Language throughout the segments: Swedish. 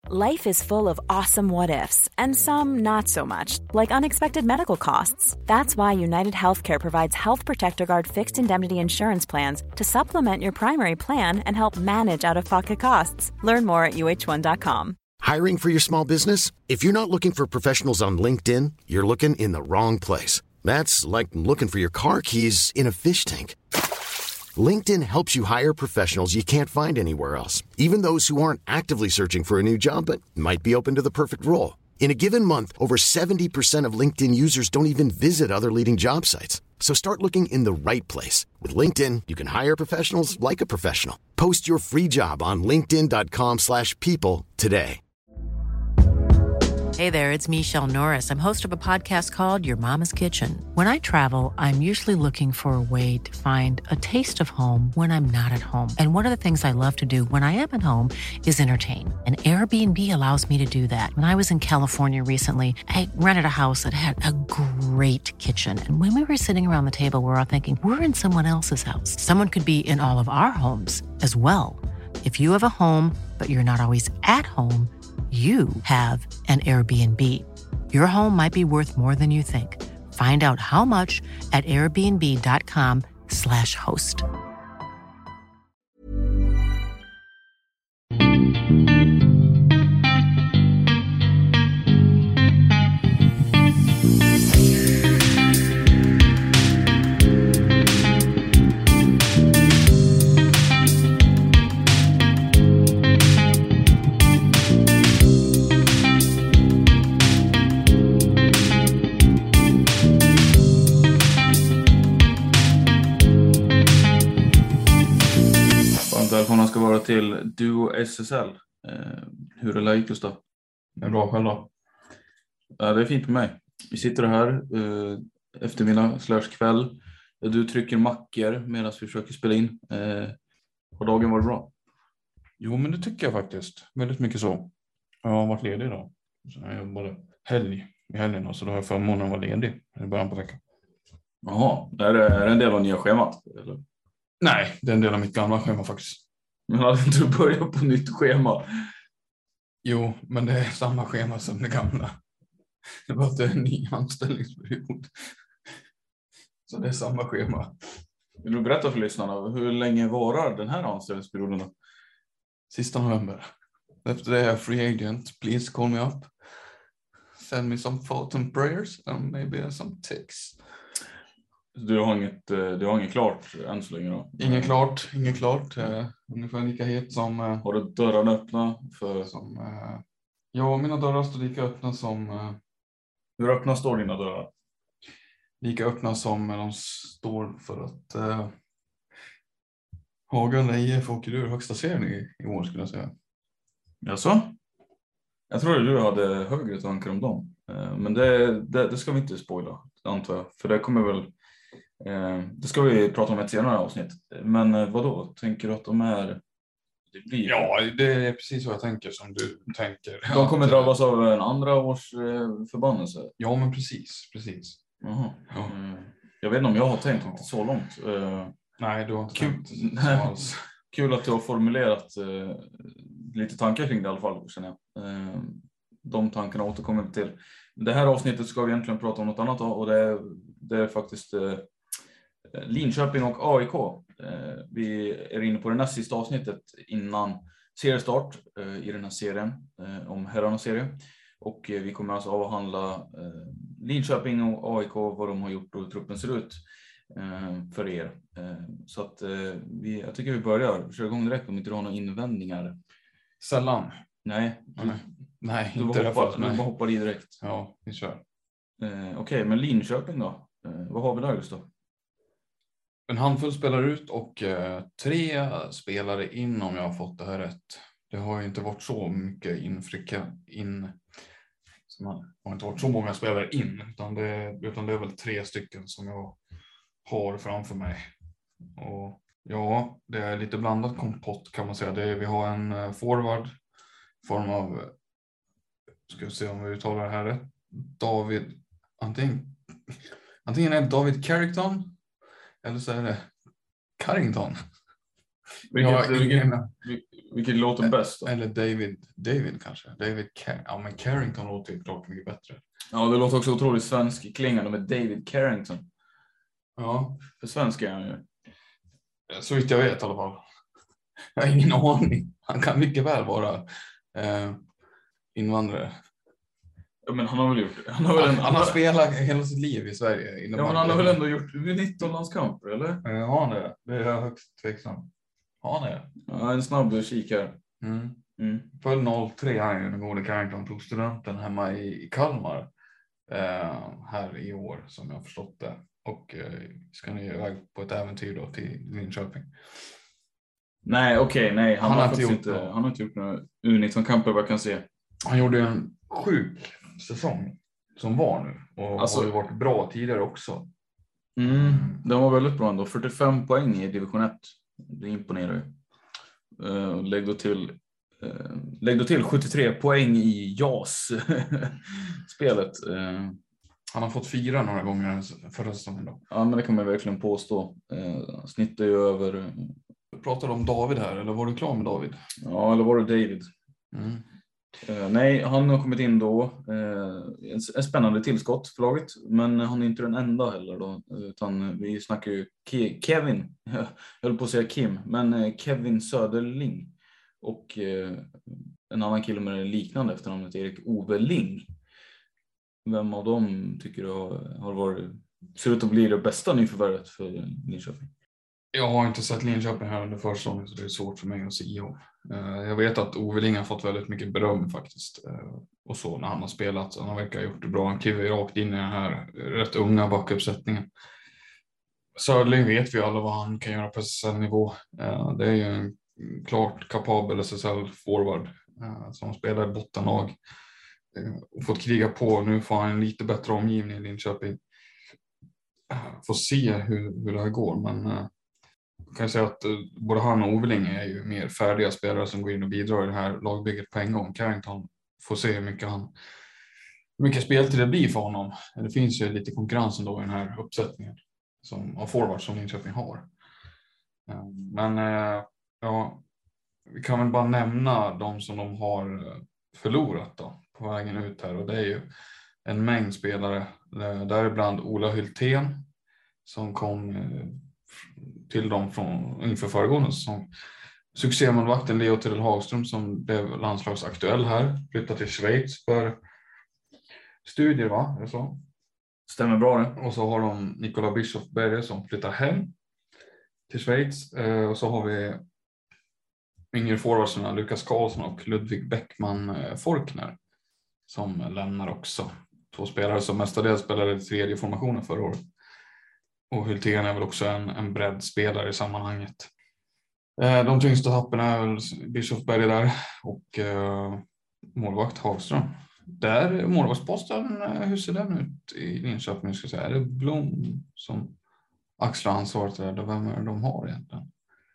Life is full of awesome what-ifs, and some not so much, like unexpected medical costs. That's why United Healthcare provides Health Protector Guard fixed indemnity insurance plans to supplement your primary plan and help manage out-of-pocket costs. Learn more at uh1.com. Hiring for your small business? If you're not looking for professionals on LinkedIn, you're looking in the wrong place. That's like looking for your car keys in a fish tank. LinkedIn helps you hire professionals you can't find anywhere else, even those who aren't actively searching for a new job but might be open to the perfect role. In a given month, over 70% of LinkedIn users don't even visit other leading job sites. So start looking in the right place. With LinkedIn, you can hire professionals like a professional. Post your free job on linkedin.com/people today. Hey there, it's Michelle Norris. I'm host of a podcast called Your Mama's Kitchen. When I travel, I'm usually looking for a way to find a taste of home when I'm not at home. And one of the things I love to do when I am at home is entertain. And Airbnb allows me to do that. When I was in California recently, I rented a house that had a great kitchen. And when we were sitting around the table, we're all thinking, we're in someone else's house. Someone could be in all of our homes as well. If you have a home, but you're not always at home, you have an Airbnb. Your home might be worth more than you think. Find out how much at airbnb.com/host. Välkomna ska vara till Duo SSL. Hur är läget, Gustav? Det är bra själv då. Ja, det är fint med mig. Vi sitter här eftermiddag/kväll. Du trycker mackor medan vi försöker spela in. Har dagen varit bra? Jo, men det tycker jag faktiskt. Väldigt mycket så. Jag har varit ledig idag. Så jag jobbade helg i helgen. Så då har jag förmånen att vara ledig i början på veckan. Jaha, är det en del av nya schemat? Eller? Nej, det är en del av mitt gamla schema faktiskt. Men hade inte du börjat på nytt schema? Jo, men det är samma schema som det gamla. Det var inte en ny anställningsperiod. Så det är samma schema. Vill du berätta för lyssnarna, hur länge varar den här anställningsperioden då? Sista november. Efter det är jag free agent. Please call me up. Send me some thoughts and prayers and maybe some ticks. Du har inget klart än så länge då? Inget klart. Ungefär lika het som... Har du dörrarna öppna? Ja, mina dörrar står lika öppna som... Hur öppna står dina dörrar? Lika öppna som de står för att Hagen IF åker ur högsta serien i år, skulle jag säga. Jaså? Jag tror att du hade högre tankar om dem. Men det ska vi inte spoila, antar jag. För det kommer väl... Det ska vi prata om ett senare avsnitt. Men vad då? Tänker du att de är... Ja, det är precis vad jag tänker som du tänker. De kommer drabbas av en andra års förbannelse? Ja, men precis. Jaha. Ja. Jag vet inte om jag har tänkt inte så långt. Nej, du har inte tänkt så alls. Kul att du har formulerat lite tankar kring det i alla fall, känner jag. De tankarna återkommer vi till. Det här avsnittet ska vi egentligen prata om något annat och det är faktiskt Linköping och AIK. Vi är inne på det näst sista avsnittet innan seriestart i den här serien om herrarnas serie. Och vi kommer alltså avhandla Linköping och AIK, vad de har gjort och hur truppen ser ut för er. Så att jag tycker vi börjar. Kör igång direkt om inte du har några invändningar. Sällan. Nej. Nej, du bara hoppar i direkt. Ja, vi kör. Okej, men Linköping då? Vad har vi där, Gustav? En handfull spelar ut och 3 spelare in, om jag har fått det här rätt. Det har ju inte varit så mycket har inte varit så många spelare in, utan det är väl 3 stycken som jag har framför mig. Och ja, det är lite blandat kompott kan man säga. Vi har en forward i form av, ska vi se om vi uttalar det här rätt, David, antingen är det David Carrington eller så är det Carrington. Vilket låter bäst då? Eller David kanske. Men Carrington låter ju klart mycket bättre. Ja, det låter också otroligt svensk klingande med David Carrington. Ja. För svensk är han ju. Så vitt jag vet i alla fall. Jag har ingen aning. Han kan mycket väl vara invandrare. Ja, men han har väl gjort det. Han har spelat hela sitt liv i Sverige. Ja, men han har väl ändå gjort 19 landskamper, eller? Ja, han är. Det är jag högst tveksam. Ja, han är. Ja, en snabb kik här. Föll 03 här ju, den gode Carrington tog studenten hemma i Kalmar här i år, som jag har förstått det. Och ska ni iväg på ett äventyr då till Linköping. Nej, okej. Han har inte gjort några U19-kamper vad jag kan se. Han gjorde en sjuk säsong som var nu. Och har ju varit bra tidigare också. Den var väldigt bra ändå. 45 poäng i division 1. Det imponerar ju. Lägg då till 73 poäng i JAS-spelet. Han har fått 4 några gånger förra säsongen då. Ja, men det kan man verkligen påstå. Snittar ju över... Du pratade om David här, eller var du klar med David? Ja, eller var det David? Nej, han har kommit in då. En spännande tillskott för laget. Men han är inte den enda heller då. Utan vi snackar ju Kevin. Jag höll på att säga Kim. Men Kevin Söderling. Och en annan kille med liknande efternamnet, Erik Ove Ling. Vem av dem tycker du ser ut att bli det bästa nyförvärvet för Linköping? Jag har inte sett Linköping här under försäsongen, så det är svårt för mig att se om. Jag vet att Ove Ling har fått väldigt mycket beröm faktiskt. Och så när han har spelat. Han verkar ha gjort det bra. Han kliver rakt in i den här rätt unga backuppsättningen. Söderling vet vi alla vad han kan göra på SSL-nivå. Det är ju en klart kapabel SSL-forward som spelar i bottenlag. Och fått kriga på. Nu får han en lite bättre omgivning i Linköping. Får se hur det här går, men kan jag säga att både han och Oveling är ju mer färdiga spelare som går in och bidrar i det här lagbygget på en gång. Carrington får se hur mycket speltid det blir för honom. Det finns ju lite konkurrens ändå i den här uppsättningen av forward som Linköping har. Men ja, vi kan väl bara nämna de som de har förlorat då på vägen ut här, och det är ju en mängd spelare, däribland Ola Hyltén som kom till dem inför föregående säsong. Succémålvakten Leo Tyrell Hagström som blev landslagsaktuell här, flyttade till Schweiz för studier, va? Är det så? Stämmer bra det. Och så har de Nikola Bischoff-Berge som flyttar hem till Schweiz. Och så har vi yngre forwardsarna Lukas Karlsson och Ludvig Bäckman Forkner som lämnar också. 2 spelare som mestadels spelade i tredje formationen förra året. Och Hyltén är väl också en breddspelare i sammanhanget. De tyngsta tappen är väl Bischoff-Berge där och målvakt Hagström. Där målvaktsposten, hur ser den ut i Linköping? Ska säga? Är det Blom som axlar ansvaret där? Vem är det de har egentligen?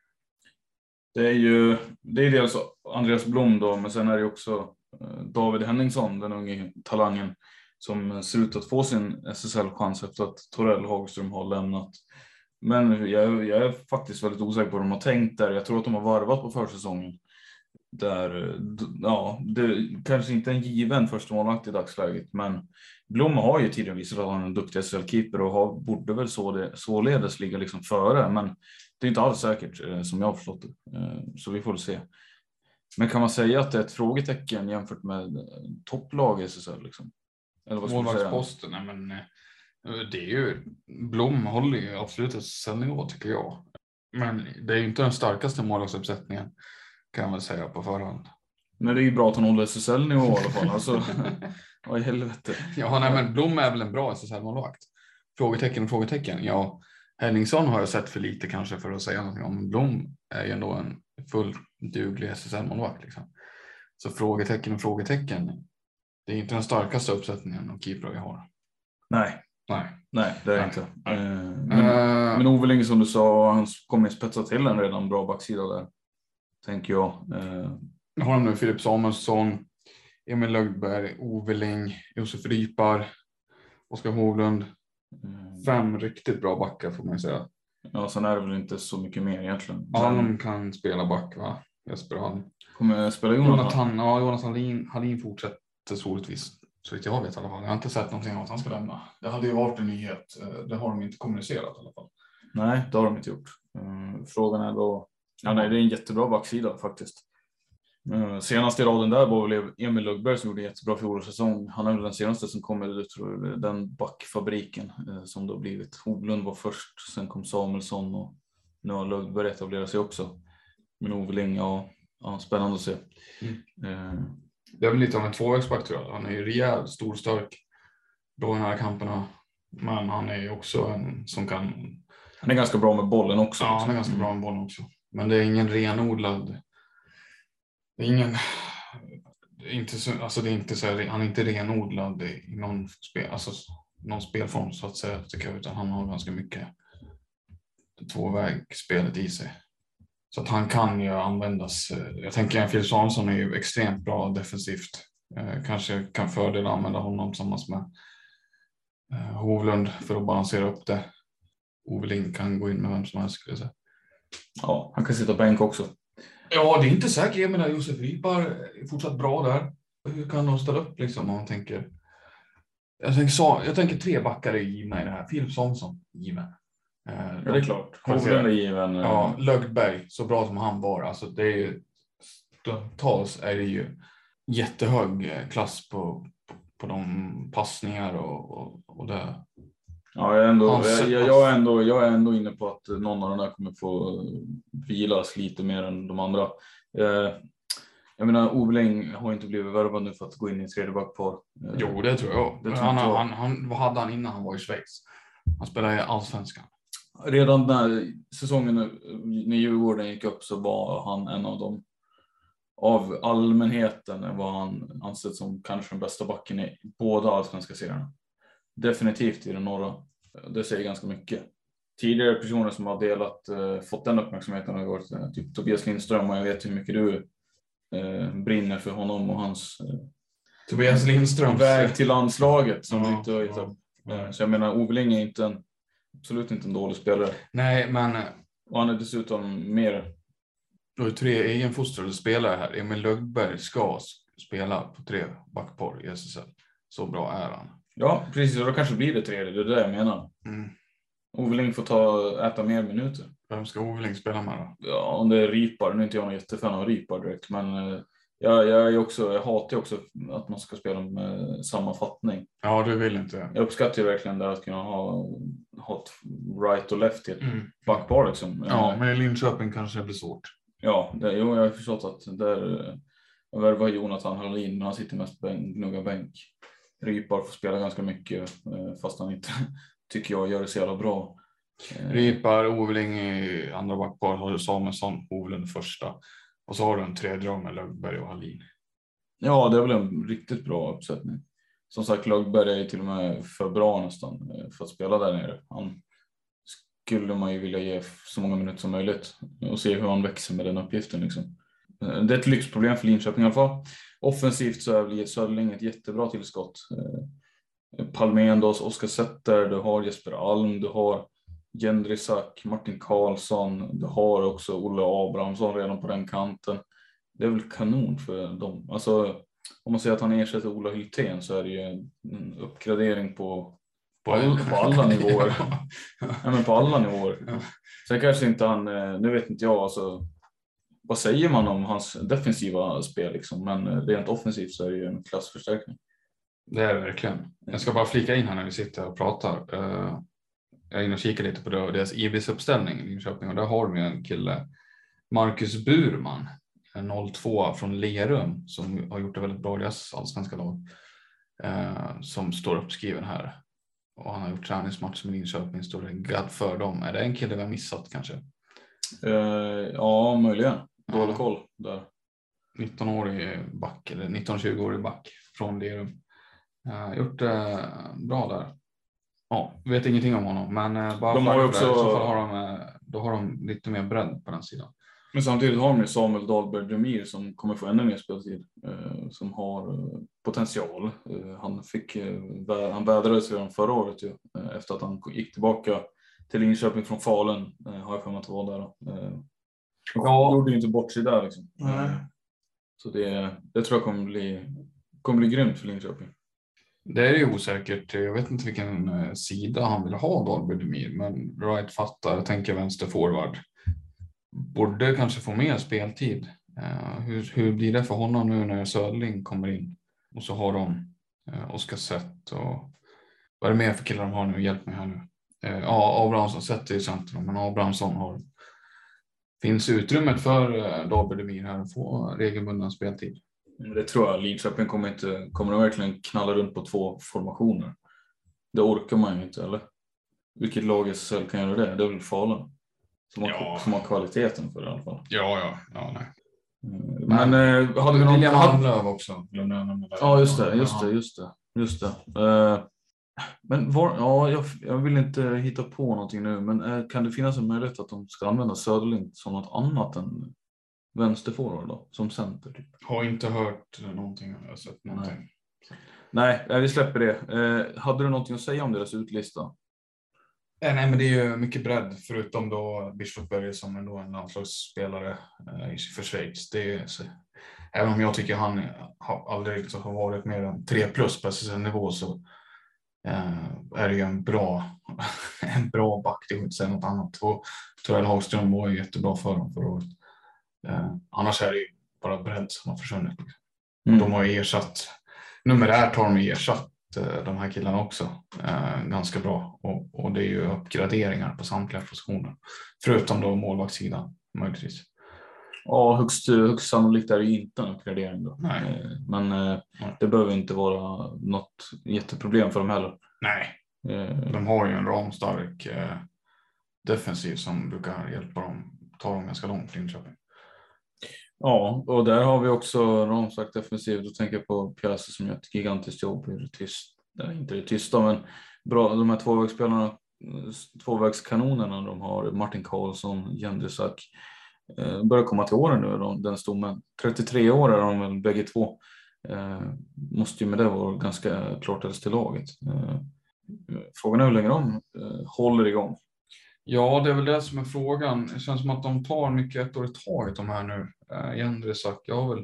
Det är dels Andreas Blom då, men sen är det också David Henningsson, den unge talangen som ser ut att få sin SSL-chans efter att Torell Hagström har lämnat. Men jag är faktiskt väldigt osäker på vad de har tänkt där. Jag tror att de har varvat på försäsongen. Där, ja, det kanske inte är en given första målvakt i dagsläget, men Blom har ju tidigare visat att han är en duktig SSL-keeper och borde väl således ligga liksom före, men det är inte alls säkert som jag har förstått det. Så vi får se. Men kan man säga att det är ett frågetecken jämfört med topplag i SSL liksom? Eller vad ska man säga? Målvaktsposten, nej, men det är ju, Blom håller ju absolut SSL-nivå tycker jag. Men det är ju inte den starkaste målvaktsuppsättningen kan man väl säga på förhand. Men det är ju bra att han håller SSL-nivå i alla fall. Alltså, vad i helvete. Ja, nej, men Blom är väl en bra SSL-målvakt. Frågetecken. Ja, Henningsson har jag sett för lite kanske för att säga någonting om. Blom är ju ändå en fullt duglig SSL-målvakt liksom. Så frågetecken. Det är inte den starkaste uppsättningen av keeper vi har. Nej, det är det inte. Men Ove Ling som du sa, han kommer spetsa till en redan bra backsida där. Tänker jag. Nu har de nu Filip Samuelsson, Emil Lögberg, Ove Ling, Josef Rypar, Oskar Hovlund. 5 riktigt bra backar får man säga. Ja, sen är det väl inte så mycket mer egentligen. Alm kan spela back, va? Jesper Alm. Kommer spela Jonathan? Jonas Hallin fortsätter troligtvis. Så vitt jag vet i alla fall. Jag har inte sett någonting om att han ska lämna. Det hade ju varit en nyhet. Det har de inte kommunicerat i alla fall. Nej, det har de inte gjort. Frågan är då... Ja, nej, det är en jättebra backsida faktiskt. Senast i raden där var väl Emil Lögberg som gjorde jättebra fjolårssäsong. Han är väl den senaste som kommer ut ur den backfabriken som då blivit. Hovlund var först, sen kom Samuelsson och nu har Lögberg etablerat sig också. Men Oveling, ja, spännande att se. Det är väl lite av en tvåvägsback, tror jag. Han är ju rejäl, stor, stark, bra i de här kamperna. Men han är ju också en som kan... Han är ganska bra med bollen också. Ja, han är ganska bra med bollen också. Men det är ingen renodlad... Det är ingen... Det är inte så, alltså det är inte så här, han är inte renodlad i någon spelform så att säga, tycker jag, utan han har ganska mycket tvåvägsspelet i sig. Så att han kan ju användas. Jag tänker att Filip Samuelsson är ju extremt bra defensivt. Kanske kan fördela använda honom tillsammans med Hovlund för att balansera upp det. Oveling kan gå in med vem som helst, skulle jag säga. Ja, han kan sitta bänk också. Ja, det är inte säkert. Jag menar, Josef Ripar är fortsatt bra där. Hur kan de ställa upp liksom om man tänker... Jag tänker 3 backar är givna i det här. Filip Samuelsson, given. Ja, det är klart. Hovlund är given. Ja, Lögberg, så bra som han var. Alltså det är ju... Stundtals är det ju jättehög klass på de passningar och det. Ja, jag är ändå inne på att någon av de där kommer få vilas lite mer än de andra. Jag menar, Oveling har inte blivit värvad nu för att gå in i tredje backpar. Jo, det tror jag. Vad hade han innan han var i Schweiz? Han spelade i Allsvenskan. Redan när säsongen när Djurgården gick upp så var han en av dem. Av allmänheten var han ansett som kanske den bästa backen i båda allsvenska serierna. Definitivt i den norra. Det säger ganska mycket. Tidigare personer som har fått den uppmärksamheten har varit typ Tobias Lindström, och jag vet hur mycket du brinner för honom och hans Tobias Lindströms väg till landslaget som inte har gett upp. Så jag menar, Oveling är absolut inte en dålig spelare. Nej, men... Och han är dessutom mer... Du har 3 egenfostrade spelare här. Emil Lögberg ska spela på 3 backpar i SSL. Så bra är han. Ja, precis. Och då kanske blir det 3. Det är det jag menar. Oveling får äta mer minuter. Vem ska Oveling spela med då? Ja, om det är Ripar. Nu är inte jag någon jättefan av Ripar direkt. Men jag hatar också att man ska spela med samma fattning. Ja, du vill inte. Jag uppskattar ju verkligen det att kunna ha ett right och left i ett backpar liksom. Ja, men i Linköping kanske det blir svårt. Ja, jag har förstått att där värvar Jonathan Hallin, men han sitter mest gnugga bänk. Ripar får spela ganska mycket, fast han inte tycker jag gör det så jävla bra. Ripar, Oveling i andra backpar, har du Samuelsson, Hovlund första. Och så har du en tredje med Lögberg och Hallin. Ja, det är väl en riktigt bra uppsättning. Som sagt, Lögberg är till och med för bra nästan för att spela där nere. Han skulle man ju vilja ge så många minuter som möjligt och se hur han växer med den uppgiften liksom. Det är ett lyxproblem för Linköping i alla fall. Offensivt så är väl Söderling ett jättebra tillskott. Palmendos, Oskar Setter, du har Jesper Alm, du har Jendrisak, Martin Karlsson, du har också Olle Abrahamsson redan på den kanten. Det är väl kanon för dem. Alltså, om man säger att han ersätter Ola Hyltén så är det ju en uppgradering på alla nivåer. Ja, men på alla nivåer. Sen kanske inte han, nu vet inte jag, alltså, vad säger man om hans defensiva spel liksom, men rent offensivt så är det ju en klassförstärkning. Det är det verkligen. Jag ska bara flika in här när vi sitter och pratar. Jag är inne och kikar lite på deras IBS-uppställning i Linköping, och där har de en kille, Marcus Burman, en 02 från Lerum, som har gjort det väldigt bra i deras allsvenska lag, som står uppskriven här. Och han har gjort träningsmatch med Linköping, står det gadd för dem. Är det en kille vi har missat kanske? Ja, möjligen. Dålig koll där. 19-årig back, eller 19-20-årig back från Lerum. Gjort det bra där. Ja, vet ingenting om honom, men bara de har också... där, så då har de lite mer bredd på den sidan. Men samtidigt har de Samuel Dahlberg Demir som kommer få ännu mer speltid, som har potential. Han vädrades redan förra året ju, efter att han gick tillbaka till Linköping från Falun. Har jag för mig att vara där då. Ja. Gjorde ju inte bort sig där liksom. Nej. Så det tror jag kommer bli grymt för Linköping. Det är ju osäkert. Jag vet inte vilken sida han vill ha Dahl Budimir, men Wright fattar, jag tänker vänsterforward. Borde kanske få mer speltid. Hur blir det för honom nu när Söderling kommer in? Och så har de Oskar Sett och vad är det mer för killar de har nu? Hjälp mig här nu. Abrahamsson sätter i centrum, men Abrahamsson finns utrymmet för Dahl Budimir här att få regelbunden speltid. Det tror jag. Linköping kommer verkligen knalla runt på 2 formationer. Det orkar man ju inte, eller? Vilket lag i SSL kan göra det? Det är väl Falun som har kvaliteten för det i alla fall. Ja, nej. Men hade vi någon... William Almlöv också. Ja, just det. Men jag vill inte hitta på någonting nu, men kan det finnas en möjlighet att de ska använda Söderling som något annat än vänsterforward då, som center typ? Har inte hört någonting, jag har sett någonting. Nej, vi släpper det. Hade du någonting att säga om deras utlista? Nej, men det är ju mycket bredd, förutom då Bischofberger som är då en landslagsspelare för Schweiz. Även om jag tycker han aldrig har varit mer än 3+ på SSL-nivå, så är det ju en bra back, det är inte säga något annat. Och Torell Hagström var ju jättebra för dem förra året. Annars är det ju bara bredd som har försvunnit. De har ju ersatt, numerärt har de ersatt de här killarna också ganska bra, och det är ju uppgraderingar på samtliga positioner, förutom då målvaktssidan möjligtvis. Ja, högst sannolikt är det ju inte en uppgradering då. Nej. Men det behöver inte vara något jätteproblem för dem heller. Nej, de har ju en ramstark defensiv som brukar hjälpa dem, ta dem ganska långt i Linköping. Ja, och där har vi också ramstark defensiv. Då tänker jag på pjäser som gör ett gigantiskt jobb i inte det tysta, men bra, de här tvåvägsspelarna, tvåvägskanonerna de har, Martin Karlsson, Jendrisak, börjar komma till åren nu, den stommen. 33 år är de väl bägge två. Måste ju med det vara ganska klart äldst till laget. Frågan är hur länge de håller igång. Ja, det är väl det som är frågan. Det känns som att de tar mycket ett år i taget de här nu. Jendrisak,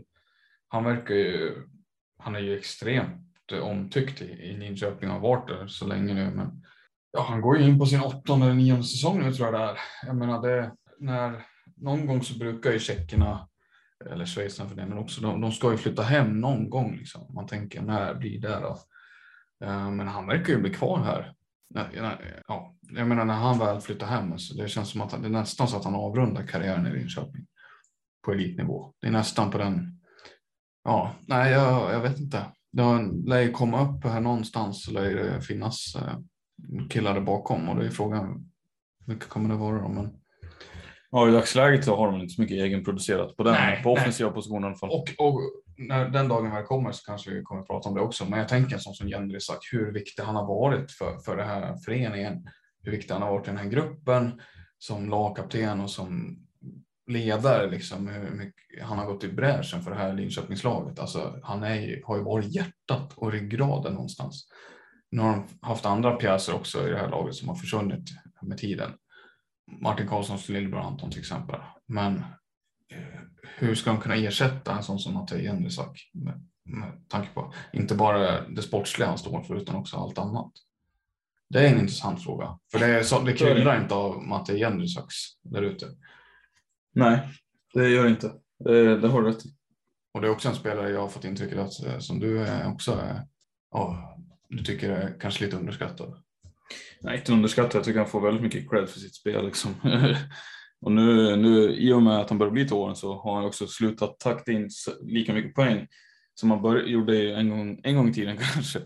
han är ju extremt omtyckt i Linköping, har varit där så länge nu, men han går ju in på sin 8:e eller 9:e säsong nu, tror jag det är. Jag menar, någon gång så brukar ju tjeckerna, eller schweizarna för det, men också de ska ju flytta hem någon gång liksom. Man tänker, när blir det då? Men han verkar ju bli kvar här. Ja, jag menar, när han väl flyttar hem, så det känns som att det är nästan så att han avrundar karriären i Linköping på elitnivå. Det är nästan på den. Ja, nej, jag vet inte. Det lär ju komma upp här någonstans, så lär det finnas killar där bakom, och det är frågan hur mycket kommer det vara då, men ja, i dagsläget så har de inte så mycket egenproducerat på den på offensiva positionen i alla fall. Och när den dagen väl kommer så kanske vi kommer att prata om det också. Men jag tänker som Jendrisak, hur viktig han har varit för det här föreningen. Hur viktig han har varit i den här gruppen som lagkapten och som ledare. Liksom, hur mycket han har gått i bräschen för det här Linköpingslaget. Alltså, han har ju varit hjärtat och ryggraden någonstans. Nu har de haft andra pjäser också i det här laget som har försvunnit med tiden. Martin Karlssons lillebror Anton till exempel. Men hur ska de kunna ersätta en sån som Matej Jendrisak med tanke på inte bara det sportsliga han står för, utan också allt annat? Det är en intressant fråga. För det kryllar inte av Matej Jendrisaks där ute. Nej, det gör det inte. Det har du rätt i. Och det är också en spelare jag har fått intrycket att som du också är, du tycker är kanske lite underskattad. Nej, inte underskattad. Jag tycker han får väldigt mycket cred för sitt spel liksom. Och nu i och med att han börjar bli till åren, så har han också slutat takt in lika mycket poäng som han gjorde en gång i tiden kanske.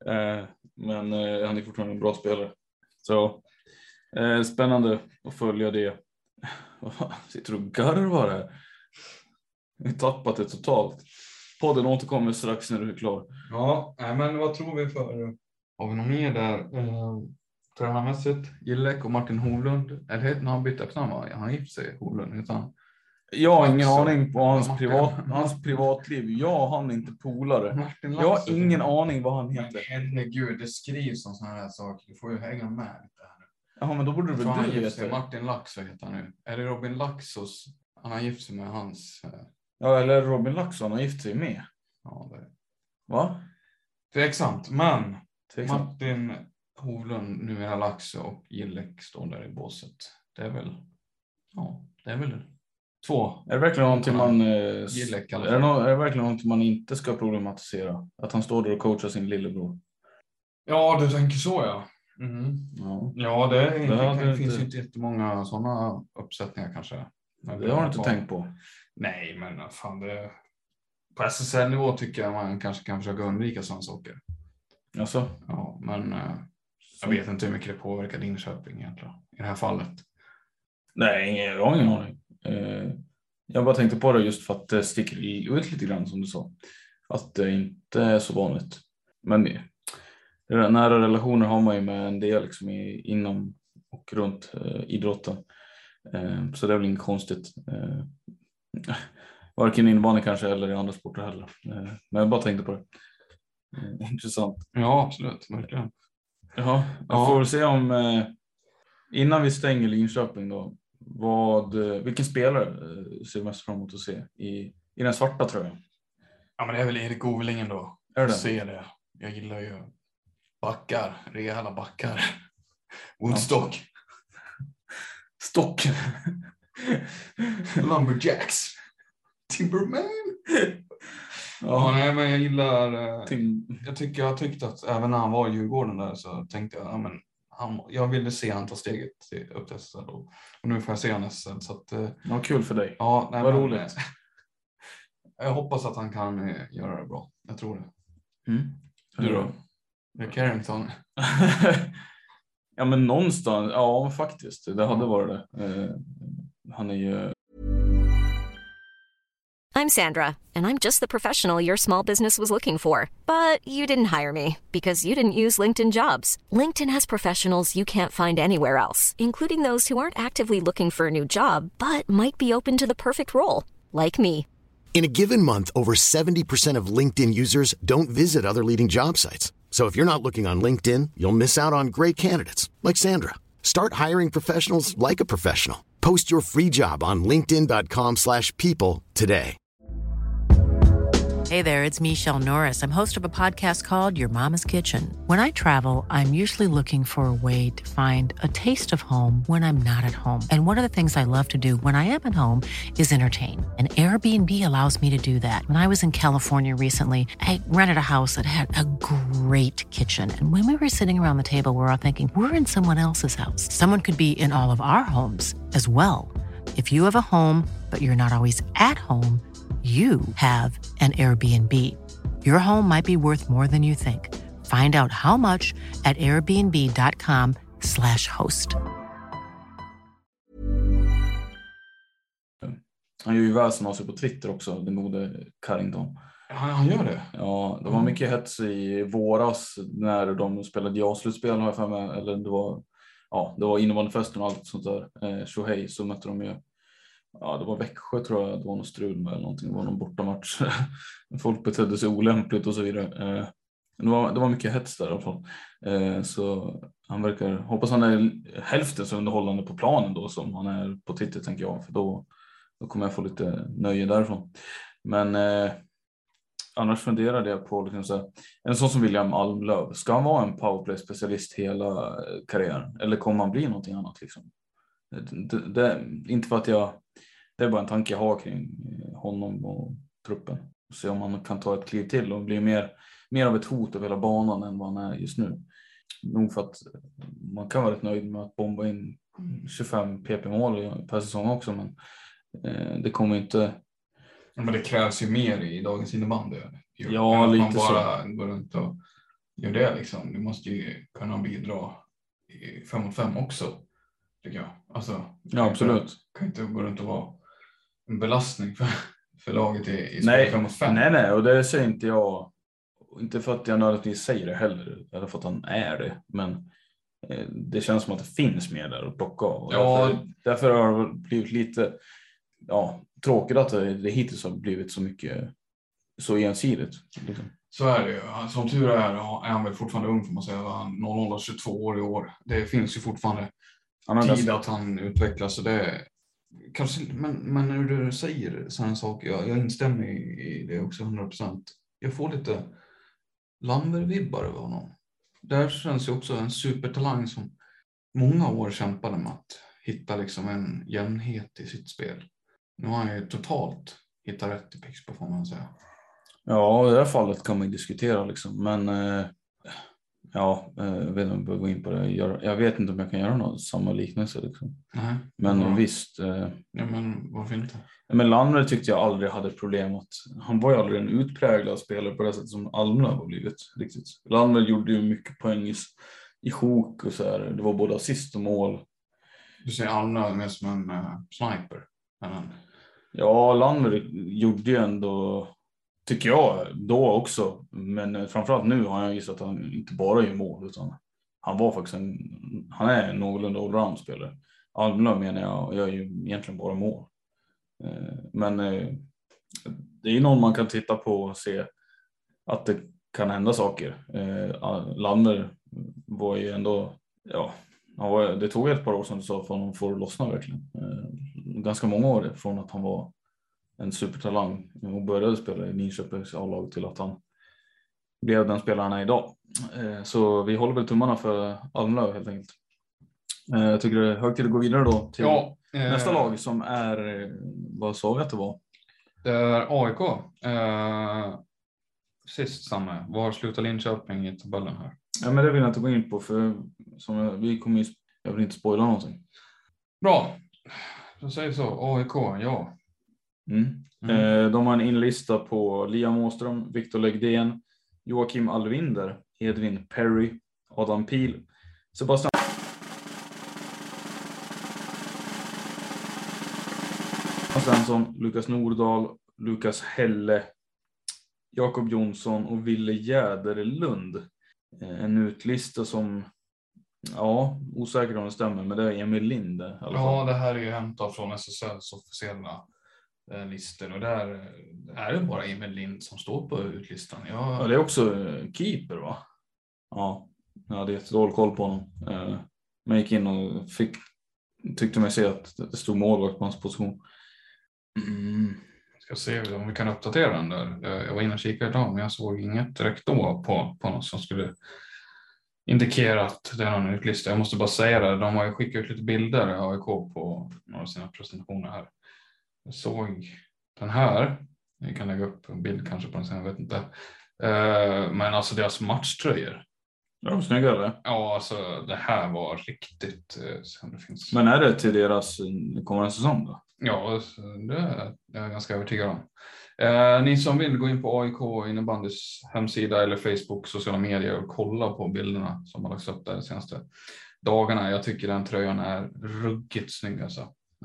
Men han är fortfarande en bra spelare. Så spännande att följa det. Sitter du och garvar här? Vi har tappat det totalt. Podden återkommer strax när du är klar. Ja, men vad tror vi för? Har vi någon mer där? Tränarmässigt, Gillek och Martin Hovlund. Eller när han bytte knamn, han gift sig Hovlund utan. Jag har ingen aning på hans privatliv. Jag har han inte polare. Jag har ingen aning vad han heter. Herregud, det skrivs om sådana här saker. Du får ju hänga med lite här nu. Ja, men då borde du Han väl gift sig, veta. Martin Laxå heter han nu. Är det Robin Laxås? Han har gift sig med hans... Ja, eller Robin Laxå, han har gift sig med. Ja, det... Va? Tveksamt, men Tveksamt. Martin Hovlund, numera Laxå och Gillek står där i båset. Det är väl... Ja, det är väl 2. Är det verkligen någonting man... Gillek i alla är det, fall. är det verkligen någonting man inte ska problematisera? Att han står där och coachar sin lillebror? Ja, du tänker så, ja. Ja. Ja, det finns inte... ju inte jättemånga sådana uppsättningar kanske. Det har du inte tänkt på. Nej, men fan det... På SSL-nivå tycker jag man kanske kan försöka undvika sådana saker. Alltså. Ja, men jag vet inte hur mycket det påverkar Linköping egentligen i det här fallet. Nej, jag har ingen aning. Jag bara tänkte på det just för att det sticker ut lite grann som du sa. Att det inte är så vanligt. Men nära relationer har man ju med en del liksom inom och runt idrotten. Så det är väl inget konstigt. Varken innebandy kanske eller i andra sporter heller. Men jag bara tänkte på det. Intressant. Ja, absolut. Verkligen. Ja, jag får se om innan vi stänger Linköping då. Vilken spelare ser mest fram emot att se i den svarta tröjan? Ja, men det är väl Erik Ovelingen då. Är det? Se det. Jag gillar ju backar, rejäla backar. Woodstock. Stock. Lumberjacks. Timberman. Ja, nej, men jag gillar... Jag har tyckt att även när han var i Djurgården där så tänkte jag, ja, men jag ville se han ta steget upp till SSL och nu får jag se han SSL. Så att, ja, kul för dig. Ja, nej, vad roligt. Jag hoppas att han kan göra det bra. Jag tror det. Du då? Det är Carrington. Ja, men någonstans. Ja, faktiskt. Det hade varit det. Han är ju... I'm Sandra, and I'm just the professional your small business was looking for. But you didn't hire me because you didn't use LinkedIn Jobs. LinkedIn has professionals you can't find anywhere else, including those who aren't actively looking for a new job, but might be open to the perfect role, like me. In a given month, over 70% of LinkedIn users don't visit other leading job sites. So if you're not looking on LinkedIn, you'll miss out on great candidates like Sandra. Start hiring professionals like a professional. Post your free job on linkedin.com/people today. Hey there, it's Michelle Norris. I'm host of a podcast called Your Mama's Kitchen. When I travel, I'm usually looking for a way to find a taste of home when I'm not at home. And one of the things I love to do when I am at home is entertain. And Airbnb allows me to do that. When I was in California recently, I rented a house that had a great kitchen. And when we were sitting around the table, we were all thinking, we're in someone else's house. Someone could be in all of our homes as well. If you have a home, but you're not always at home, you have an Airbnb. Your home might be worth more than you think. Find out how much at airbnb.com/host. Han gör ju väsen av sig på Twitter också, den gode Carrington. Han gör det? Ja, det var mycket hets i våras när de spelade ja-slutspel, har jag för mig. Eller det var innebandyfesten och allt sånt där. Shohei, så mötte de ju. Ja, det var Växjö tror jag, det var någon strul med eller någonting, det var någon bortamatch. Folk betedde sig olämpligt och så vidare. Det var mycket hets där i alla fall. Så han hoppas han är hälften så underhållande på planen då som han är på Twitter, tänker jag. För då kommer jag få lite nöje därifrån. Men annars funderade jag på liksom så här, en sån som William Almlöv. Ska han vara en powerplay-specialist hela karriären? Eller kommer han bli någonting annat liksom? Inte för att det är bara en tanke jag har kring honom och truppen. Se om man kan ta ett kliv till och bli mer av ett hot över hela banan än vad han är just nu. Nog för att man kan vara rätt nöjd med att bomba in 25 PP-mål per säsong också, men det kommer inte... Ja, men det krävs ju mer i dagens innebandy. Ja, lite man bara går runt och gör det liksom. Du måste ju kunna bidra i 5 mot 5 också, tycker jag. Alltså, ja, absolut. Kan inte gå runt och vara en belastning för laget i spel 5 mot 5. Nej, och det säger inte jag. Inte för att jag nödvändigtvis säger det heller, eller för att han är det, men det känns som att det finns mer där att plocka av. Ja. Därför har det blivit lite tråkigt att det hittills har blivit så mycket så ensidigt. Liksom. Så är det ju. Som tur är han väl fortfarande ung, får man säga. Han 22 år i år. Det finns ju fortfarande tid att han utvecklas. Så det kanske, men när du säger sådana saker, jag instämmer i det också 100%. Jag får lite Lamber-vibbar över honom. Där känns ju också en supertalang som många år kämpade med att hitta liksom en jämnhet i sitt spel. Nu har han ju totalt hittat rätt i Pixbo, får man säga. Ja, i det här fallet kan man ju diskutera liksom. Men jag vet inte om jag behöver gå in på det. Jag vet inte om jag kan göra någon samma liknelse liksom. Nej. Men visst. Ja, men varför inte? Men Landre tyckte jag aldrig hade problem att han var ju aldrig en utpräglad spelare på det sättet som Almlöv har blivit riktigt. Landre gjorde ju mycket poäng i sjok och så här. Det var både assist och mål. Du ser Almlöv mer som en sniper. Ja, Landre gjorde ju ändå, tycker jag, då också. Men framförallt nu har jag gissat att han inte bara gör mål, utan han var faktiskt han är en någorlunda allround-spelare. Almlöv menar jag gör ju egentligen bara mål. Men det är någon man kan titta på och se att det kan hända saker. Landre var ju ändå, ja, det tog ett par år som du sa för honom får lossna verkligen. Ganska många år från att han var en supertalang och började spela i Nyköpings A-lag till att han blev den spelaren han är idag. Så vi håller väl tummarna för Almlöv helt enkelt. Jag tycker det är hög tid att gå vidare då till nästa lag som är, vad sa vi att det var? Det är AIK. Sist samma. Var slutar Linköping i tabellen här? Ja, men det vill jag inte gå in på för vi kommer ju, jag vill inte spoila någonting. Bra. Så säger så. AIK, ja. De har en inlista på Liam Åström, Viktor Legdén, Joakim Alvinder, Edvin Perry, Adam Pil, Sebastian Svensson, Lukas Nordahl, Lukas Helle, Jakob Jonsson och Ville Jäderlund. En utlista som, ja, osäker om det stämmer, men det är Emil Linde. Ja, det här är ju hämtat från SSLs officiella listor och där är det bara Emil Lind som står på utlistan. Ja, det är också keeper, va? Ja, jag hade jättedålig koll på honom. Men gick in och tyckte mig se att det stod målvakt på hans position. Ska se om vi kan uppdatera den där. Jag var inne och kikade idag, men jag såg inget direkt då på något som skulle indikera att det är någon utlista. Jag måste bara säga det, de har ju skickat ut lite bilder AIK på några av sina presentationer här. Jag såg den här. Vi kan lägga upp en bild kanske på den sen, jag vet inte. Men alltså deras matchtröjor. Ja, de snygga eller? Ja, alltså det här var riktigt. Det finns... Men är det till deras kommande säsong då? Ja, det är jag ganska övertygad om. Ni som vill gå in på AIK innebandys hemsida eller Facebook, sociala medier och kolla på bilderna som har lagts upp där de senaste dagarna. Jag tycker den tröjan är ruggigt snygg alltså.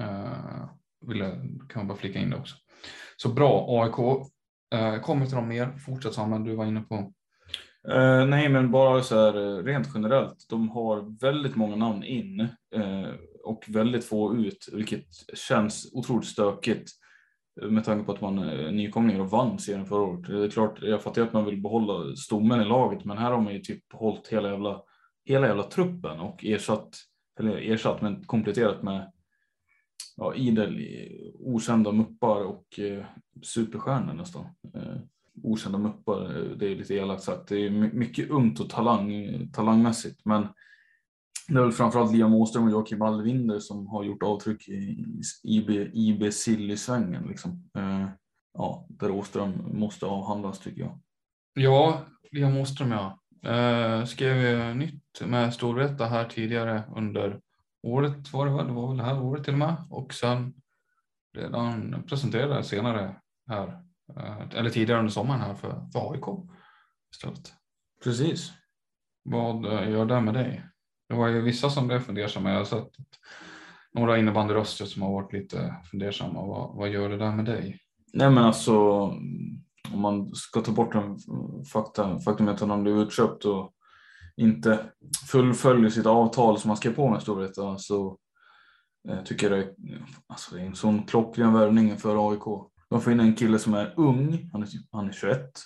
Kan man bara flika in det också. Så bra, AIK. Kommer till dem mer? Fortsätt Samuel, du var inne på. Nej, men bara så här rent generellt. De har väldigt många namn in och väldigt få ut, vilket känns otroligt stökigt med tanke på att man är nykomlingar och vann serien förra året. Det är klart, jag fattar att man vill behålla stommen i laget, men här har man ju typ hållit hela jävla truppen och ersatt men kompletterat med idel okända muppar och superstjärnor nästan. Okända muppar, det är lite elakt sagt. Det är mycket ungt och talangmässigt, men det är väl framförallt Liam Åström och Joakim Alvinder som har gjort avtryck i IB Silly-svängen liksom. Där Åström måste avhandlas tycker jag. Ja, Liam Åström skrev nytt med Storvreta här tidigare under året var det var väl det här året till och med, och sen redan presenterade senare här eller tidigare under sommaren här för AIK istället. Precis. Vad gör det med dig? Det var ju vissa som blev fundersamma. Jag har sett några innebandyröster som har varit lite fundersamma. Vad gör det där med dig? Nej, men alltså om man ska ta bort den faktum att han blev utköpt och inte fullföljer sitt avtal som han skrev på med Storvreta, så tycker jag det är en sån klockren värvning för AIK. De får in en kille som är ung, han är 21,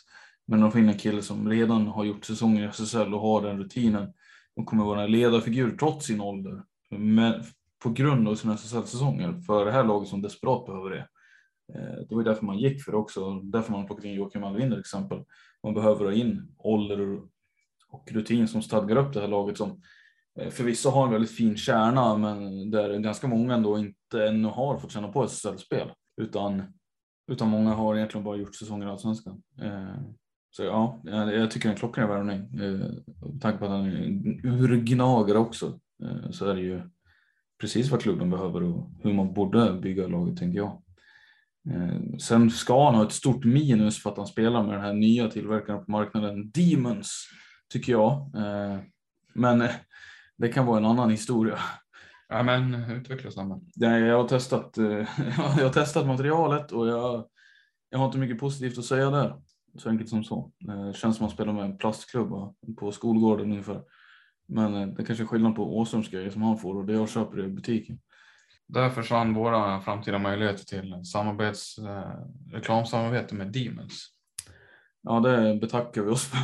Men de får in en kille som redan har gjort säsonger i SSL och har den rutinen och kommer vara en ledarfigur trots sin ålder. Men på grund av sina SSL-säsonger för det här laget som desperat behöver det. Det var därför man gick för det också. Därför man plockat in Joakim Alvinder till exempel. Man behöver ha in ålder och rutin som stadgar upp det här laget som förvisso har en väldigt fin kärna, men där ganska många ändå inte ännu har fått känna på SSL-spel. Utan många har egentligen bara gjort säsonger i Allsvenskan. Så ja, jag tycker det är en klockren värvning. Med tanke på att han är urgnagare också. Så är det ju precis vad klubben behöver och hur man borde bygga laget, tänker jag. Sen ska han ha ett stort minus för att han spelar med den här nya tillverkaren på marknaden, Demons, tycker jag. Men det kan vara en annan historia. Ja, men utvecklas det. Jag har testat materialet och jag har inte mycket positivt att säga där. Så enkelt som så. Det känns som att man spelar med en plastklubb på skolgården ungefär. Men det kanske är skillnad på Åströms grejer som han får och det jag köper i butiken. Där försvann våra framtida möjligheter till reklamsamarbete med Demons. Ja, det betackar vi oss för.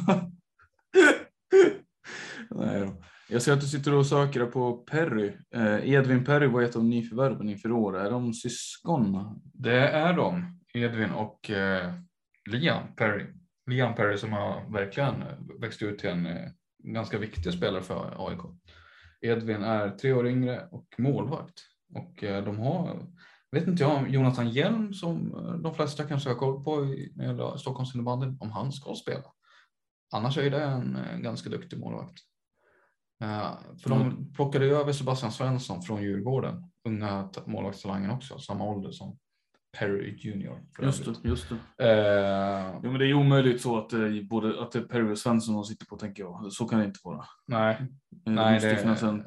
Nej då. Jag ser att du sitter och söker på Perry. Edvin Perry var ett av nyförvärven inför år. Är de syskon? Det är de. Edvin och Liam Perry. Liam Perry som har verkligen växt ut till en ganska viktig spelare för AIK. Edvin är 3 år yngre och målvakt. Och de har, vet inte jag, Jonathan Hjelm som de flesta kanske har koll på i Stockholms innebandy, om han ska spela. Annars är det en ganska duktig målvakt. För de plockade ju över Sebastian Svensson från Djurgården. Unga målvaktstalangen också, samma ålder som Perry Junior. Just det. Jo, men det är ju omöjligt så att det är Perry och Svensson som sitter på, tänker jag. Så kan det inte vara. Nej, det finnas en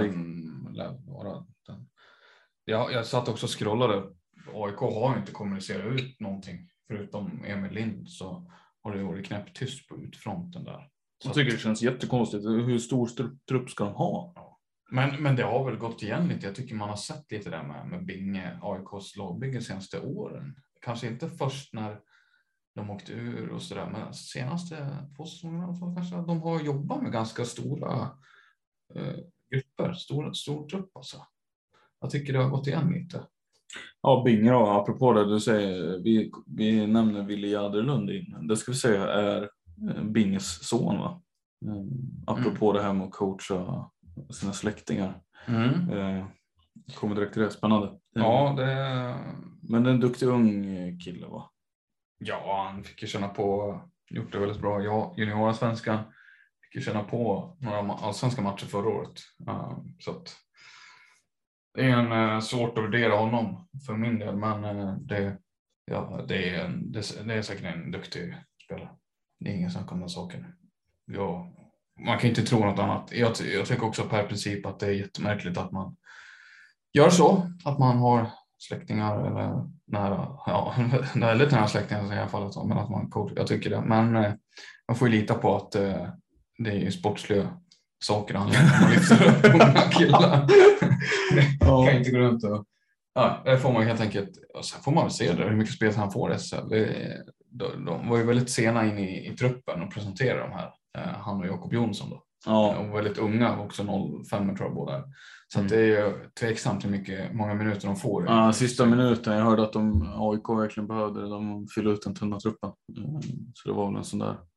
jag satt också och scrollade. AIK har ju inte kommunicerat ut någonting. Förutom Emil Lind så har det varit knäppt tyst på utfronten där. Jag tycker det känns jättekonstigt. Hur stor trupp ska de ha? Ja. Men det har väl gått igen lite. Jag tycker man har sett lite där med Binge, AIKs lagbygge senaste åren. Kanske inte först när de åkte ur och sådär. Men senaste 2 säsongerna kanske de har jobbat med ganska stora grupper. Stor trupp alltså. Jag tycker det har gått igen lite. Ja, Binge då. Apropå det du säger. Vi nämner Wille Jäderlund in. Det ska vi säga är Binges son, va? Apropå det här med att coacha sina släktingar. Kommer direkt till det. Spännande. Ja, men det är en duktig ung kille, va? Ja, han fick ju känna på, gjort det väldigt bra. Ja, juniorsvenskan fick ju känna på några allsvenska matcher förra året. Så att det är svårt att värdera honom för min del, men det är säkert en duktig spelare. Det är ingen snack om den saken. Ja, man kan inte tro något annat. Jag tycker också per princip att det är jättemärkligt att man gör så. Att man har släktingar eller väldigt nära släktingar i alla fall. Men att man coach, jag tycker det. Men man får ju lita på att det är sportsliga saker han gör. Man lyfter upp många killar. Kan inte gå runt och... Ja, det får man helt enkelt... Sen får man väl se det, hur mycket spel han får. De var ju väldigt sena in i truppen och presenterade de här. Han och Jakob Jonsson då. Ja. Och väldigt unga, också 05 tror jag båda. Så att det är ju tveksamt hur många minuter de får. Ja, sista minuten. Jag hörde att AIK verkligen behövde det. De fyllde ut den tunna truppen. Så det var väl en sån där...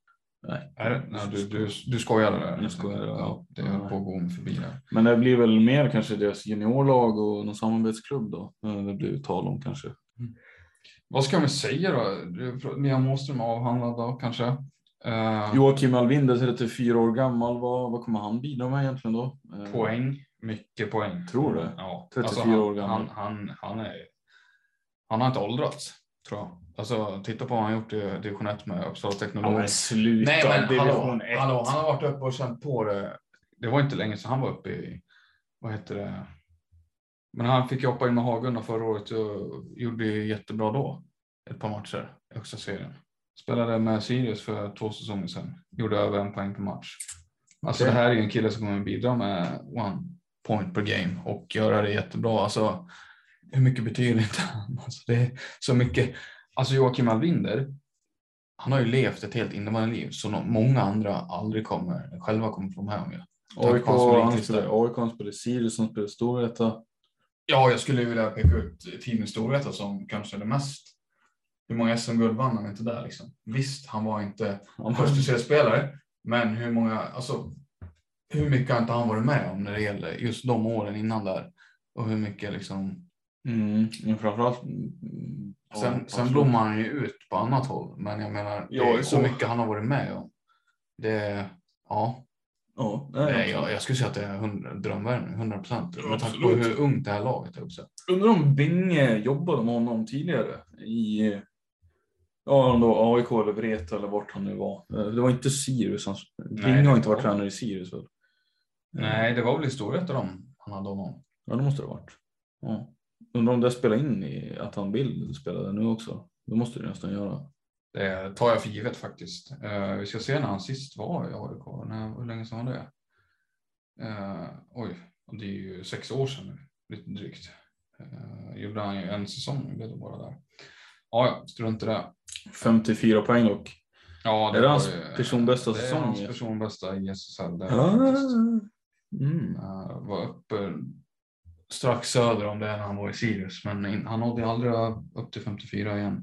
Du skojar där. Jag skojar, ja. Det är på att gå förbi där. Men det blir väl mer kanske deras juniorlag och någon samarbetsklubb då. Det blir tal om kanske. Vad ska vi säga då? Mia Måström avhandlad då kanske? Joakim Alvinder, 34 år gammal. Vad kommer han bidra med egentligen då? Poäng. Mycket poäng. Tror du? Ja. 34 år gammal. Han har inte åldrats, tror jag. Alltså, titta på vad han gjort i division 1 med Uppsala Teknolog. Ja, men sluta. Nej, men division 1. Han har varit uppe och känt på det. Det var inte länge sedan han var uppe i, vad heter det? Men han fick hoppa in med Hagunda förra året och gjorde jättebra då. Ett par matcher i högsta serien. Spelade med Sirius för 2 säsonger sedan. Gjorde över 1 poäng per match. Alltså det här är en kille som kommer bidra med 1 point per game och göra det jättebra. Alltså hur mycket betyder inte han? Alltså, det är så mycket. Alltså Joakim Alvinder, han har ju levt ett helt innebandyliv som många andra aldrig själva kommer få med om. AIK han spelar Sirius, som spelar Storvreta. Ja, jag skulle vilja peka ut teamen Storvreta som kanske är det mest. Hur många SM-guld vann han inte där liksom? Visst, han var inte första seriespelare, men hur mycket har inte han varit med om när det gäller just de åren innan där? Och hur mycket liksom... Men framförallt... Sen blommar han ju ut på annat håll. Men jag menar, det är så mycket han har varit med om. Jag skulle säga att det är drömvärvning, 100%. Med tanke på hur ungt det här laget är också. Undrar om Binge jobbade med honom tidigare i AIK eller Vreta eller vart han nu var. Det var inte Sirius. Binge har inte varit tränare i Sirius väl? Nej, det var väl i Storvreta han hade honom. Ja, det måste det ha varit. Ja. Undrar om det spelar in i att han vill spela det nu också. Det måste det nästan göra. Det tar jag för givet faktiskt. Vi ska se när han sist var i AIK. Hur länge sedan var det? Det är ju 6 år sedan nu. Lite drygt. Gjorde han ju en säsong. Det var bara där. Ja, strunt i det. 54 poäng dock. Ja, det är hans personbästa säsong. Det är hans personbästa i SSL. Var uppe strax söder om det när han var i Sirius, men han nådde aldrig upp till 54 igen.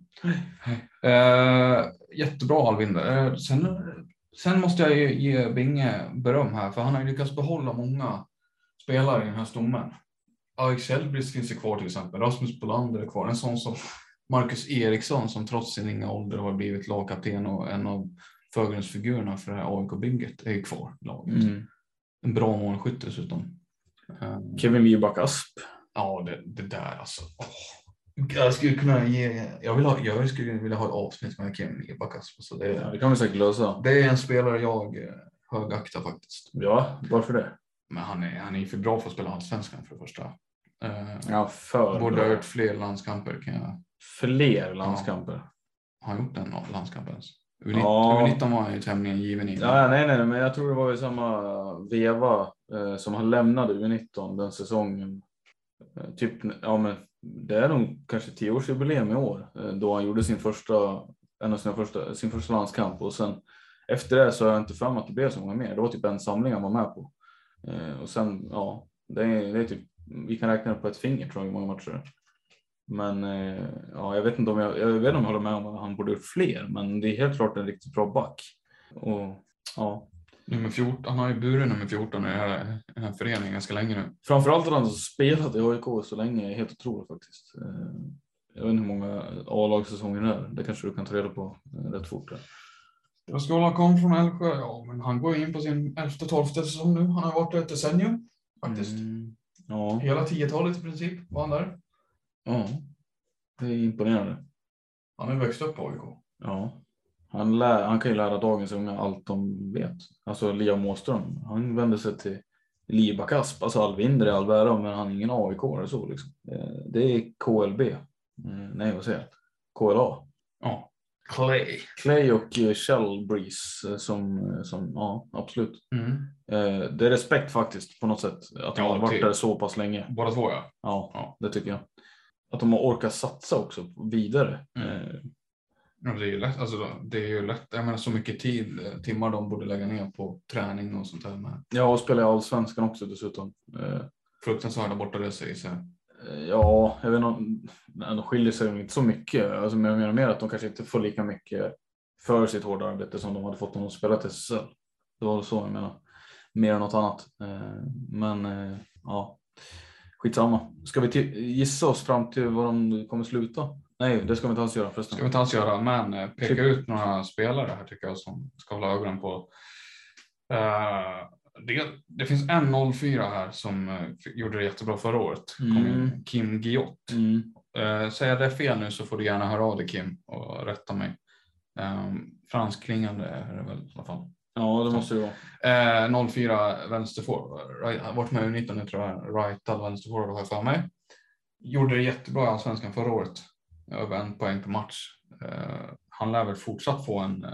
Jättebra Alvinder. Sen måste jag ge Binge beröm här, för han har ju lyckats behålla många spelare i den här stommen. Alex Hellbrist finns ju kvar till exempel. Rasmus Bolander är kvar. En sån som Marcus Eriksson som trots sin inga ålder har blivit lagkapten och en av förgrundsfigurerna för det här AIK-bygget är ju kvar i laget. En bra målskytt dessutom. Kevin Lieback Asp. Ja, det där alltså. Jag skulle vilja ha ett avsnitt med Kevin Lieback Asp. Så det kan vi säkert lösa. Det är en spelare jag högaktar faktiskt. Ja, varför det? Men han är för bra för att spela allsvenskan för det första. Borde ha gjort fler landskamper kan jag. Fler landskamper? Ja. Har han gjort en landskamp ens? U19 var han ju tämligen given in. Nej, men jag tror det var i samma veva som han lämnade U19 den säsongen. Men det är nog kanske 10-årsjubileum i år då han gjorde sin första landskamp, och sen efter det så har jag inte fram att det blev så många mer. Det var typ en samling han var med på. Och sen, det är typ, vi kan räkna på ett finger tror jag hur många matcher. Men jag vet inte om jag håller med om att han borde gjort fler, men det är helt klart en riktigt bra back. Och nummer 14, han har ju burit nummer 14 i den här föreningen ganska länge nu. Framförallt att han spelat i AIK så länge är helt otroligt faktiskt. Jag vet inte hur många A-lagssäsonger det är. Det kanske du kan ta reda på rätt fort. Jag ska hålla kom från Älvsjö, men han går in på sin 11-12 säsong nu. Han har varit ett decennium faktiskt. Hela 10-talet i princip var han där. Ja, det är imponerande. Han är växt upp på AIK. Ja, han kan ju lära dagens unga allt de vet. Alltså Liam Måström, han vände sig till Lieback Asp. Alltså Alvinder är all ära, men han är ingen AIK eller så liksom. Det är KLB. Nej, vad säger jag? KLA. Ja, Clay och Shell Breeze som absolut. Det är respekt faktiskt på något sätt att de har varit där så pass länge. Båda två, ja, det tycker jag. Att de har orkat satsa också vidare. Ja, det är ju lätt. Alltså, det är ju lätt. Jag menar så mycket timmar de borde lägga ner på träning och sånt där med. Ja, och spela i Allsvenskan också dessutom. Fruktansvärda bortaresor i sig. Ja, jag vet inte. De skiljer sig inte så mycket. Alltså, men jag menar mer att de kanske inte får lika mycket för sitt hårda arbete som de hade fått om de spelat till SSL. Det var så jag menar. Mer än något annat. Skitsamma. Ska vi gissa oss fram till var de kommer sluta? Nej, det ska vi inte alls göra förresten. Ska vi inte alls göra, men peka ut några spelare här tycker jag som ska hålla ögonen på. Det finns en 04 här som gjorde det jättebra förra året. Kim Giott. Säger jag det fel nu så får du gärna höra av dig Kim och rätta mig. Franskklingande är det väl i alla fall. Ja, det måste det vara. 04 vänsterforward. Vart med U19 nu tror jag. Rightad vänsterforward har jag för mig. Gjorde det jättebra i Allsvenskan förra året. Över 1 poäng per match. Han lär väl fortsatt få en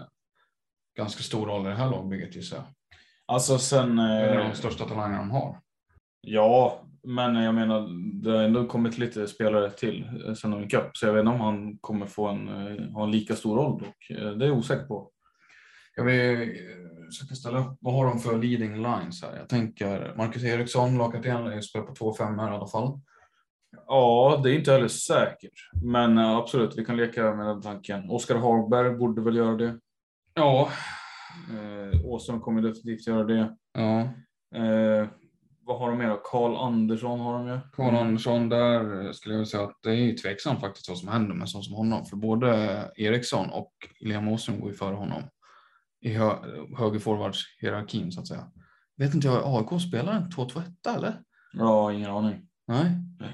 ganska stor roll i det här lagbygget gissar jag. Alltså sen... Det är de största talangerna de har. Ja, men jag menar, det har ändå kommit lite spelare till sen de gick upp. Så jag vet inte om han kommer få ha en lika stor roll. Och det är jag osäker på. Jag vill försöka ställa upp. Vad har de för leading lines här? Jag tänker Marcus Eriksson, lagkapten, spelar på 2-5 här i alla fall. Ja, det är inte heller säkert. Men absolut, vi kan leka med den tanken. Oskar Hagberg borde väl göra det. Ja. Åström kommer definitivt göra det. Ja. Vad har de mer? Karl Andersson har de ju. Karl Andersson, där skulle jag vilja säga att det är ju tveksamt faktiskt vad som händer med sån som honom. För både Eriksson och Liam Åström går ju före honom i högerforwardshierarkin så att säga. Vet inte jag, AIK spelar en 2-2-1 eller? Ja, ingen aning. Nej.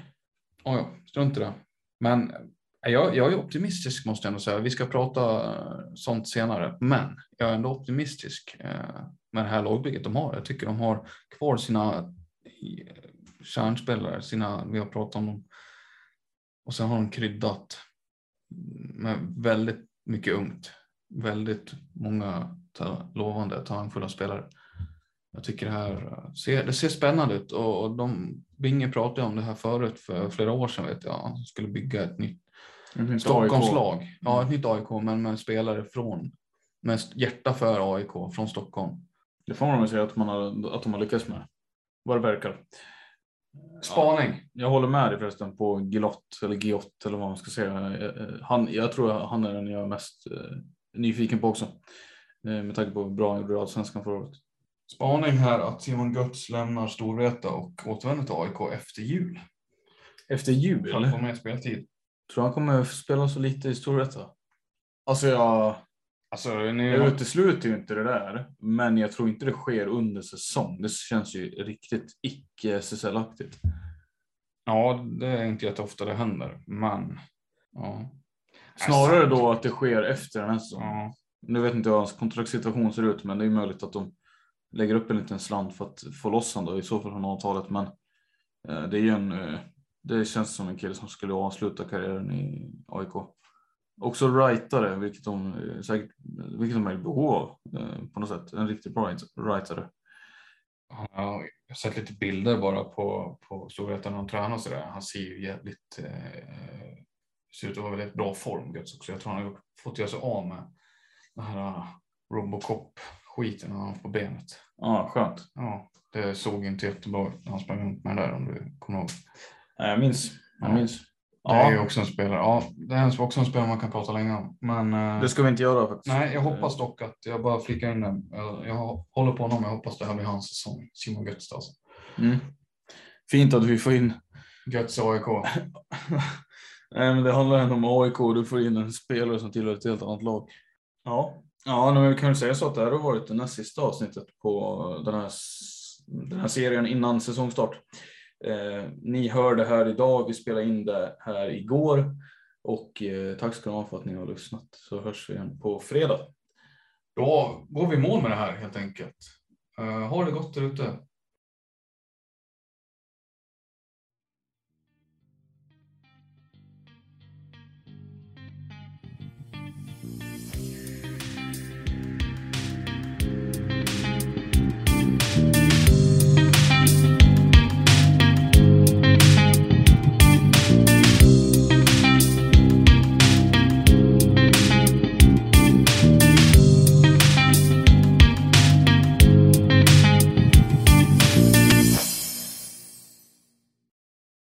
Ja, strunt i det. Men jag är optimistisk måste jag ändå säga. Vi ska prata sånt senare. Men jag är ändå optimistisk med det här lagbygget de har. Jag tycker de har kvar sina kärnspelare. Vi har pratat om dem. Och sen har de kryddat med väldigt mycket ungt. Väldigt många lovande, talangfulla spelare. Jag tycker det ser spännande ut. Och Binge pratade om det här förut för flera år sedan vet jag. Han skulle bygga ett nytt Stockholmslag. Ja, ett nytt AIK men med spelare med hjärta för AIK från Stockholm. Det får man väl säga att de har lyckats med. Vad det verkar. Spaning. Ja, jag håller med dig förresten på Gilott eller vad man ska säga. Jag tror han är den jag är mest nyfiken på också. Med tanke på hur bra han gjorde allsvenskan förra året. Spaning här att Simon Götz lämnar Storvreta och återvänder till AIK efter jul. Efter jul? Han får med speltid. Tror han kommer spela så lite i Storvreta? Alltså jag utesluter ju inte det där. Men jag tror inte det sker under säsong. Det känns ju riktigt icke-SSL-aktigt. Ja, det är inte jätteofta det händer. Men ja. Snarare då att det sker efter den här säsongen. Ja. Nu vet inte hur hans kontraktssituation ser ut. Men det är möjligt att de lägger upp en liten slant för att få loss han då. I så fall från avtalet. Men det är ju det känns som en kille som skulle avsluta karriären i AIK. Också rightare, vilket de är i behov av på något sätt. En riktigt bra rightare. Ja, jag har sett lite bilder bara på Storvreta när han tränar och sådär. Han ser ju jävligt ser ut att vara väldigt bra form också. Jag tror han har fått göra sig av med den här Robocop-skiten han har på benet. Ja, skönt. Ja, det såg inte jättebra ut när han sprang runt med där om du kommer ihåg. Nej, jag minns. Det är ju också en spelare. Ja, det är också en spelare man kan prata länge om. Men det ska vi inte göra faktiskt. Nej, jag hoppas dock att jag bara flikar in den. Jag håller på honom. Jag hoppas det här blir hans säsong. Simon Götz alltså. Fint att vi får in Götz AIK. Nej, men det handlar ändå om AIK. Du får in en spelare som tillhör ett helt annat lag. Ja, men vi kan ju säga så att det här har varit det näst sista avsnittet på den här serien innan säsongstart. Ni hör det här idag, vi spelar in det här igår och tack ska ni ha för att ni har lyssnat, så hörs vi igen på fredag. Då går vi i mål med det här helt enkelt. Ha det gott där ute.